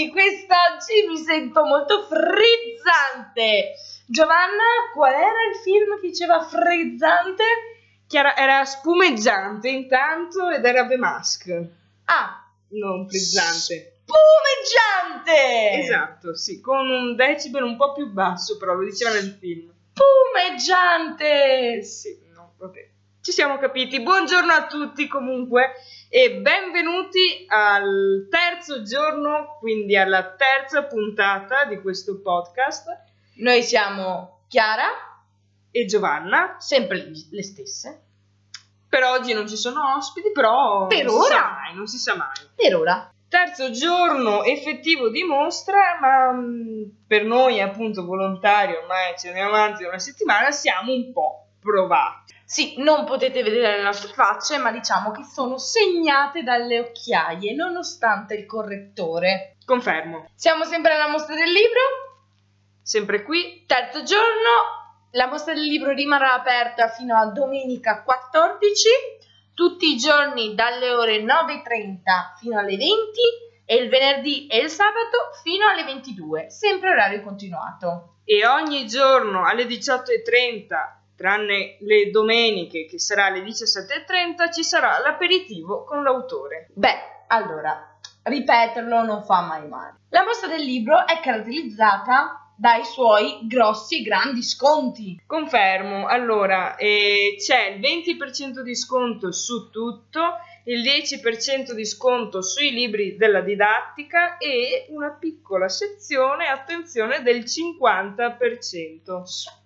ragazzi, quest'oggi mi sento molto frizzante. Giovanna, qual era il film che diceva frizzante? Chiara, era spumeggiante intanto ed era The Mask. Ah, non frizzante. Spumeggiante! Esatto, sì, con un decibel un po' più basso, però lo diceva nel film. Spumeggiante! Sì, no, vabbè. Ci siamo capiti. Buongiorno a tutti comunque e benvenuti al terzo giorno, quindi alla terza puntata di questo podcast. Noi siamo Chiara e Giovanna, sempre le stesse. Per oggi non ci sono ospiti, però per ora non si sa mai. Per ora. Terzo giorno effettivo di mostra, ma per noi appunto volontario, ormai ce ne avanti da una settimana, siamo un po' provati. Sì, non potete vedere le nostre facce, ma diciamo che sono segnate dalle occhiaie, nonostante il correttore. Confermo. Siamo sempre alla mostra del libro. Sempre qui. Terzo giorno. La mostra del libro rimarrà aperta fino a domenica 14, tutti i giorni dalle ore 9:30 fino alle 20 e il venerdì e il sabato fino alle 22, sempre orario continuato. E ogni giorno alle 18:30, tranne le domeniche che sarà alle 17:30, ci sarà l'aperitivo con l'autore. Beh, allora, ripeterlo non fa mai male. La mostra del libro è caratterizzata dai suoi grossi e grandi sconti. Confermo, allora c'è il 20% di sconto su tutto, il 10% di sconto sui libri della didattica e una piccola sezione, attenzione, del 50%.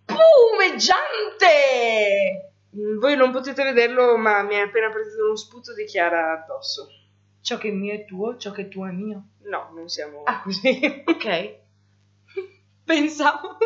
Spumeggiante! Voi non potete vederlo, ma mi è appena preso uno sputo di Chiara addosso. Ciò che è mio è tuo, ciò che è tuo è mio. No, non siamo... Ah, così? Ok. Pensavo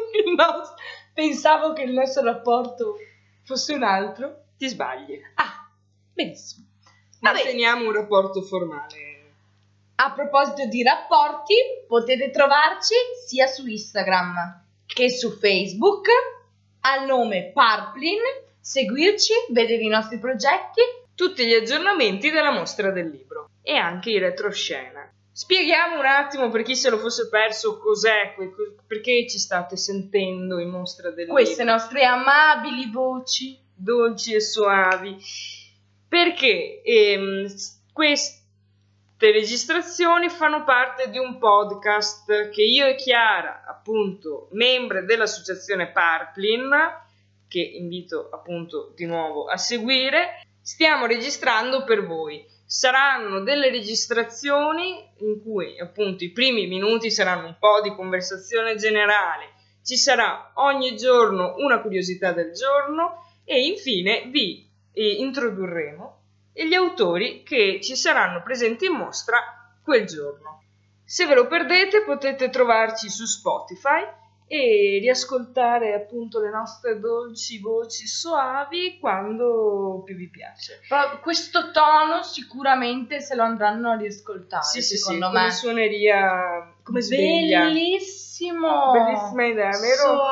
che il nostro rapporto fosse un altro. Ti sbagli. Ah, benissimo. Manteniamo un rapporto formale. A proposito di rapporti, potete trovarci sia su Instagram che su Facebook al nome Parplin, seguirci, vedere i nostri progetti, tutti gli aggiornamenti della mostra del libro e anche i retroscena. Spieghiamo un attimo per chi se lo fosse perso cos'è, perché ci state sentendo in mostra del queste libro. Nostre amabili voci, dolci e suavi, perché queste registrazioni fanno parte di un podcast che io e Chiara, appunto, membre dell'associazione Parplin, che invito appunto di nuovo a seguire, stiamo registrando per voi. Saranno delle registrazioni in cui appunto i primi minuti saranno un po' di conversazione generale, ci sarà ogni giorno una curiosità del giorno e infine vi introdurremo gli autori che ci saranno presenti in mostra quel giorno. Se ve lo perdete potete trovarci su Spotify e riascoltare appunto le nostre dolci voci suavi quando più vi piace. Però questo tono sicuramente se lo andranno a riascoltare, secondo me. Come suoneria, come sveglia. Bellissimo! Bellissima idea, vero?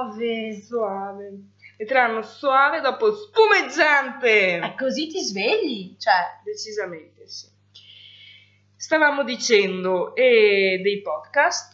Suave. Metteranno suave dopo spumeggiante. E così ti svegli, cioè. Decisamente sì. Stavamo dicendo dei podcast.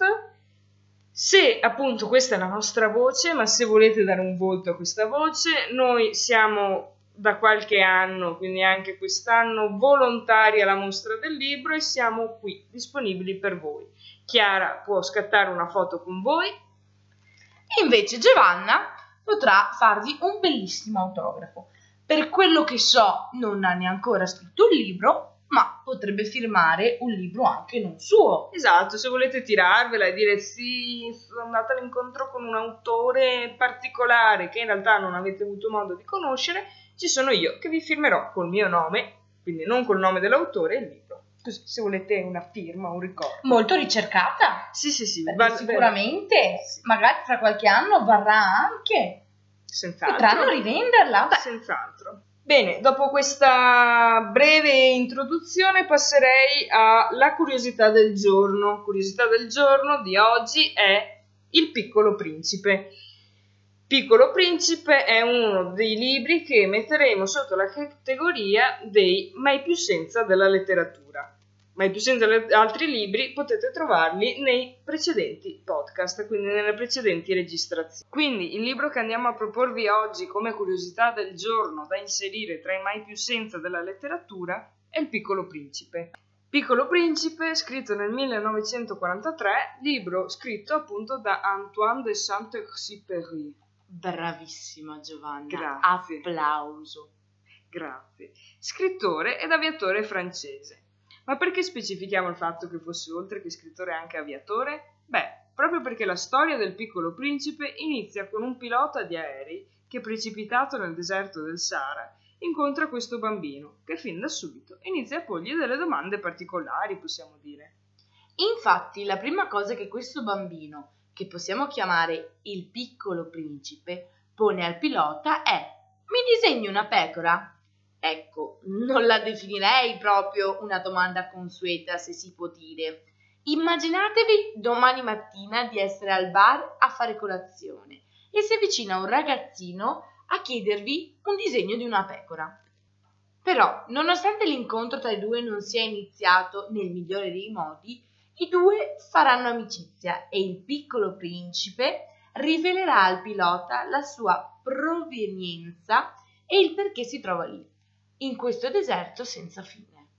Se appunto questa è la nostra voce, ma se volete dare un volto a questa voce, noi siamo da qualche anno, quindi anche quest'anno, volontari alla mostra del libro e siamo qui disponibili per voi. Chiara può scattare una foto con voi. E invece Giovanna potrà farvi un bellissimo autografo. Per quello che so, non ha neanche ancora scritto un libro, ma potrebbe firmare un libro anche non suo. Esatto, se volete tirarvela e dire sì, sono andata all'incontro con un autore particolare che in realtà non avete avuto modo di conoscere, ci sono io che vi firmerò col mio nome, quindi non col nome dell'autore, il libro. Così, se volete una firma, un ricordo. Molto ricercata. Sì. Sicuramente, sì. Magari tra qualche anno varrà anche. Senz'altro. Potranno rivenderla. Senz'altro. Bene, dopo questa breve introduzione passerei alla curiosità del giorno. Curiosità del giorno di oggi è Il Piccolo Principe. Piccolo Principe è uno dei libri che metteremo sotto la categoria dei mai più senza della letteratura. Mai più senza altri libri potete trovarli nei precedenti podcast, quindi nelle precedenti registrazioni. Quindi il libro che andiamo a proporvi oggi come curiosità del giorno da inserire tra i mai più senza della letteratura è Il Piccolo Principe. Piccolo Principe, scritto nel 1943, libro scritto appunto da Antoine de Saint-Exupéry. Bravissima Giovanna, Grazie. applauso. Grazie. Scrittore ed aviatore francese. Ma perché specifichiamo il fatto che fosse oltre che scrittore anche aviatore? Beh, proprio perché la storia del Piccolo Principe inizia con un pilota di aerei che, precipitato nel deserto del Sahara, incontra questo bambino che fin da subito inizia a porgli delle domande particolari, possiamo dire. Infatti, la prima cosa che questo bambino, che possiamo chiamare il Piccolo Principe, pone al pilota è: mi disegni una pecora? Ecco, non la definirei proprio una domanda consueta, se si può dire. Immaginatevi domani mattina di essere al bar a fare colazione e si avvicina un ragazzino a chiedervi un disegno di una pecora. Però, nonostante l'incontro tra i due non sia iniziato nel migliore dei modi, i due faranno amicizia e il Piccolo Principe rivelerà al pilota la sua provenienza e il perché si trova lì, in questo deserto senza fine.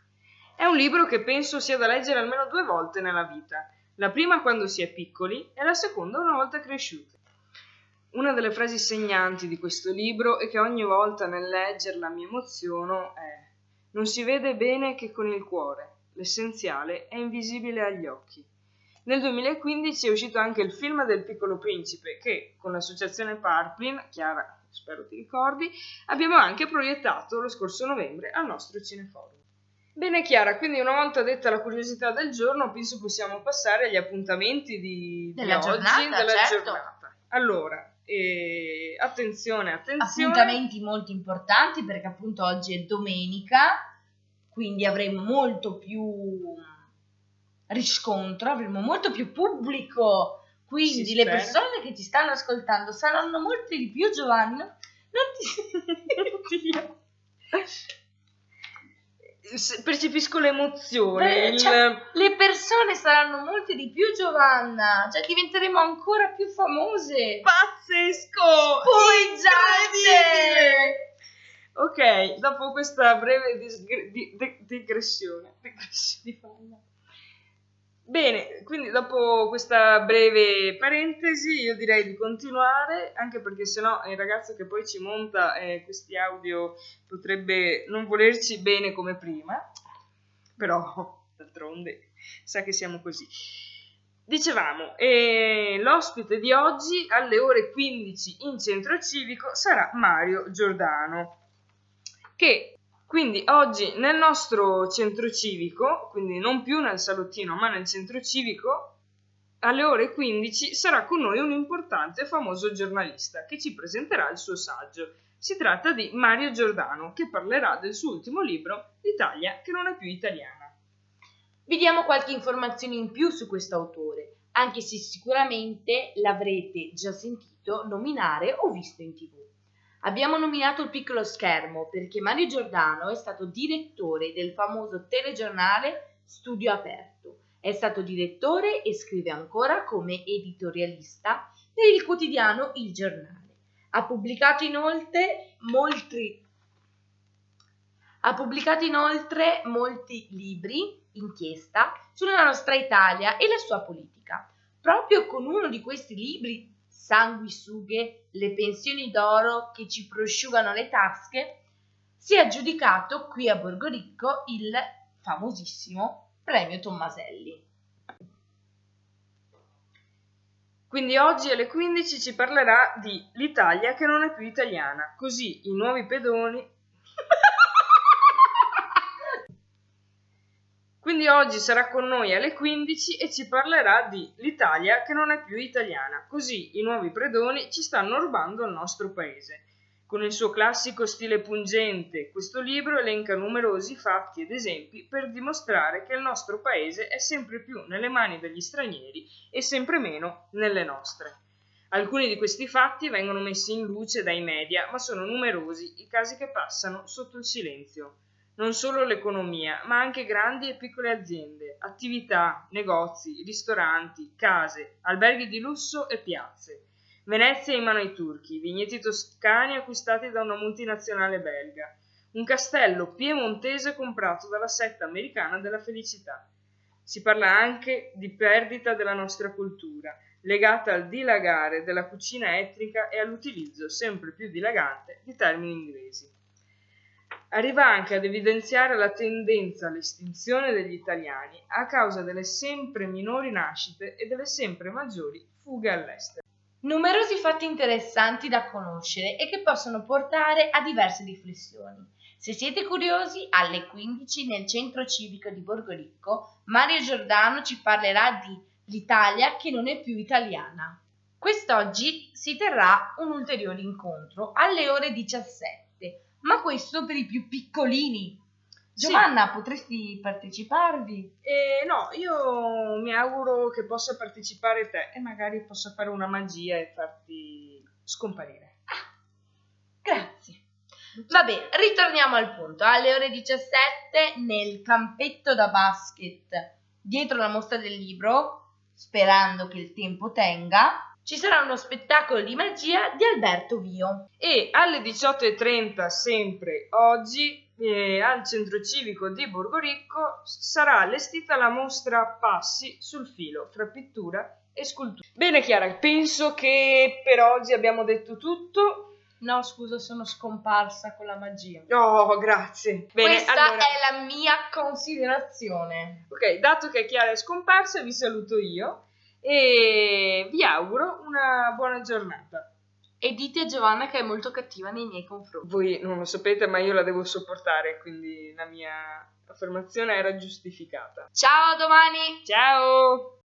È un libro che penso sia da leggere almeno 2 volte nella vita, la prima quando si è piccoli e la seconda una volta cresciuti. Una delle frasi segnanti di questo libro e che ogni volta nel leggerla mi emoziono è: non si vede bene che con il cuore, l'essenziale è invisibile agli occhi. Nel 2015 è uscito anche il film del Piccolo Principe che, con l'associazione Parplin, Chiara, spero ti ricordi, abbiamo anche proiettato lo scorso novembre al nostro cineforum. Bene Chiara, quindi una volta detta la curiosità del giorno, penso possiamo passare agli appuntamenti Della di oggi, giornata, della certo. giornata. Allora, attenzione. Appuntamenti molto importanti perché appunto oggi è domenica, quindi avremo molto più riscontro, avremo molto più pubblico, quindi Si le spera. persone che ci stanno ascoltando saranno molte di più, Giovanni. Non ti... Percepisco l'emozione. le persone saranno molte di più, Giovanna, cioè diventeremo ancora più famose. Pazzesco! Spoggiate! Ok, dopo questa breve digressione. Bene, quindi dopo questa breve parentesi io direi di continuare, anche perché sennò il ragazzo che poi ci monta questi audio potrebbe non volerci bene come prima, però d'altronde sa che siamo così. Dicevamo, l'ospite di oggi alle ore 15 in centro civico sarà Mario Giordano, che quindi oggi nel nostro centro civico, quindi non più nel salottino ma nel centro civico, alle ore 15 sarà con noi un importante e famoso giornalista che ci presenterà il suo saggio. Si tratta di Mario Giordano, che parlerà del suo ultimo libro, L'Italia che non è più italiana. Vi diamo qualche informazione in più su questo autore, anche se sicuramente l'avrete già sentito nominare o visto in TV. Abbiamo nominato Il Piccolo Schermo perché Mario Giordano è stato direttore del famoso telegiornale Studio Aperto. È stato direttore e scrive ancora come editorialista per il quotidiano Il Giornale. Ha pubblicato inoltre molti libri, inchiesta, sulla nostra Italia e la sua politica. Proprio con uno di questi libri, Sanguisughe, le pensioni d'oro che ci prosciugano le tasche, si è aggiudicato qui a Borgoricco il famosissimo Premio Tommaselli. Quindi oggi alle 15 ci parlerà di L'Italia che non è più italiana, così i nuovi pedoni... Quindi oggi sarà con noi alle 15 e ci parlerà di L'Italia che non è più italiana, così i nuovi predoni ci stanno rubando il nostro paese. Con il suo classico stile pungente, questo libro elenca numerosi fatti ed esempi per dimostrare che il nostro paese è sempre più nelle mani degli stranieri e sempre meno nelle nostre. Alcuni di questi fatti vengono messi in luce dai media, ma sono numerosi i casi che passano sotto il silenzio. non solo l'economia, ma anche grandi e piccole aziende, attività, negozi, ristoranti, case, alberghi di lusso e piazze. Venezia in mano ai turchi, vigneti toscani acquistati da una multinazionale belga, un castello piemontese comprato dalla setta americana della felicità. Si parla anche di perdita della nostra cultura, legata al dilagare della cucina etnica e all'utilizzo sempre più dilagante di termini inglesi. Arriva anche ad evidenziare la tendenza all'estinzione degli italiani a causa delle sempre minori nascite e delle sempre maggiori fughe all'estero. Numerosi fatti interessanti da conoscere e che possono portare a diverse riflessioni. Se siete curiosi, alle 15 nel centro civico di Borgoricco, Mario Giordano ci parlerà di l'Italia che non è più italiana. Quest'oggi si terrà un ulteriore incontro alle ore 17, ma questo per i più piccolini. Giovanna, potresti parteciparvi? No, io mi auguro che possa partecipare te e magari possa fare una magia e farti scomparire. Grazie. Vabbè, ritorniamo al punto. Alle ore 17 nel campetto da basket dietro la mostra del libro, sperando che il tempo tenga, ci sarà uno spettacolo di magia di Alberto Vio. E alle 18:30 sempre oggi al centro civico di Borgoricco sarà allestita la mostra Passi sul filo fra pittura e scultura. Bene Chiara, penso che per oggi abbiamo detto tutto. No, scusa, sono scomparsa con la magia. Oh, grazie. Bene, Questa allora, è la mia considerazione. ok, dato che Chiara è scomparsa, vi saluto io e vi auguro una buona giornata. E dite a Giovanna che è molto cattiva nei miei confronti. Voi non lo sapete, ma io la devo sopportare, quindi la mia affermazione era giustificata. Ciao, a domani! Ciao!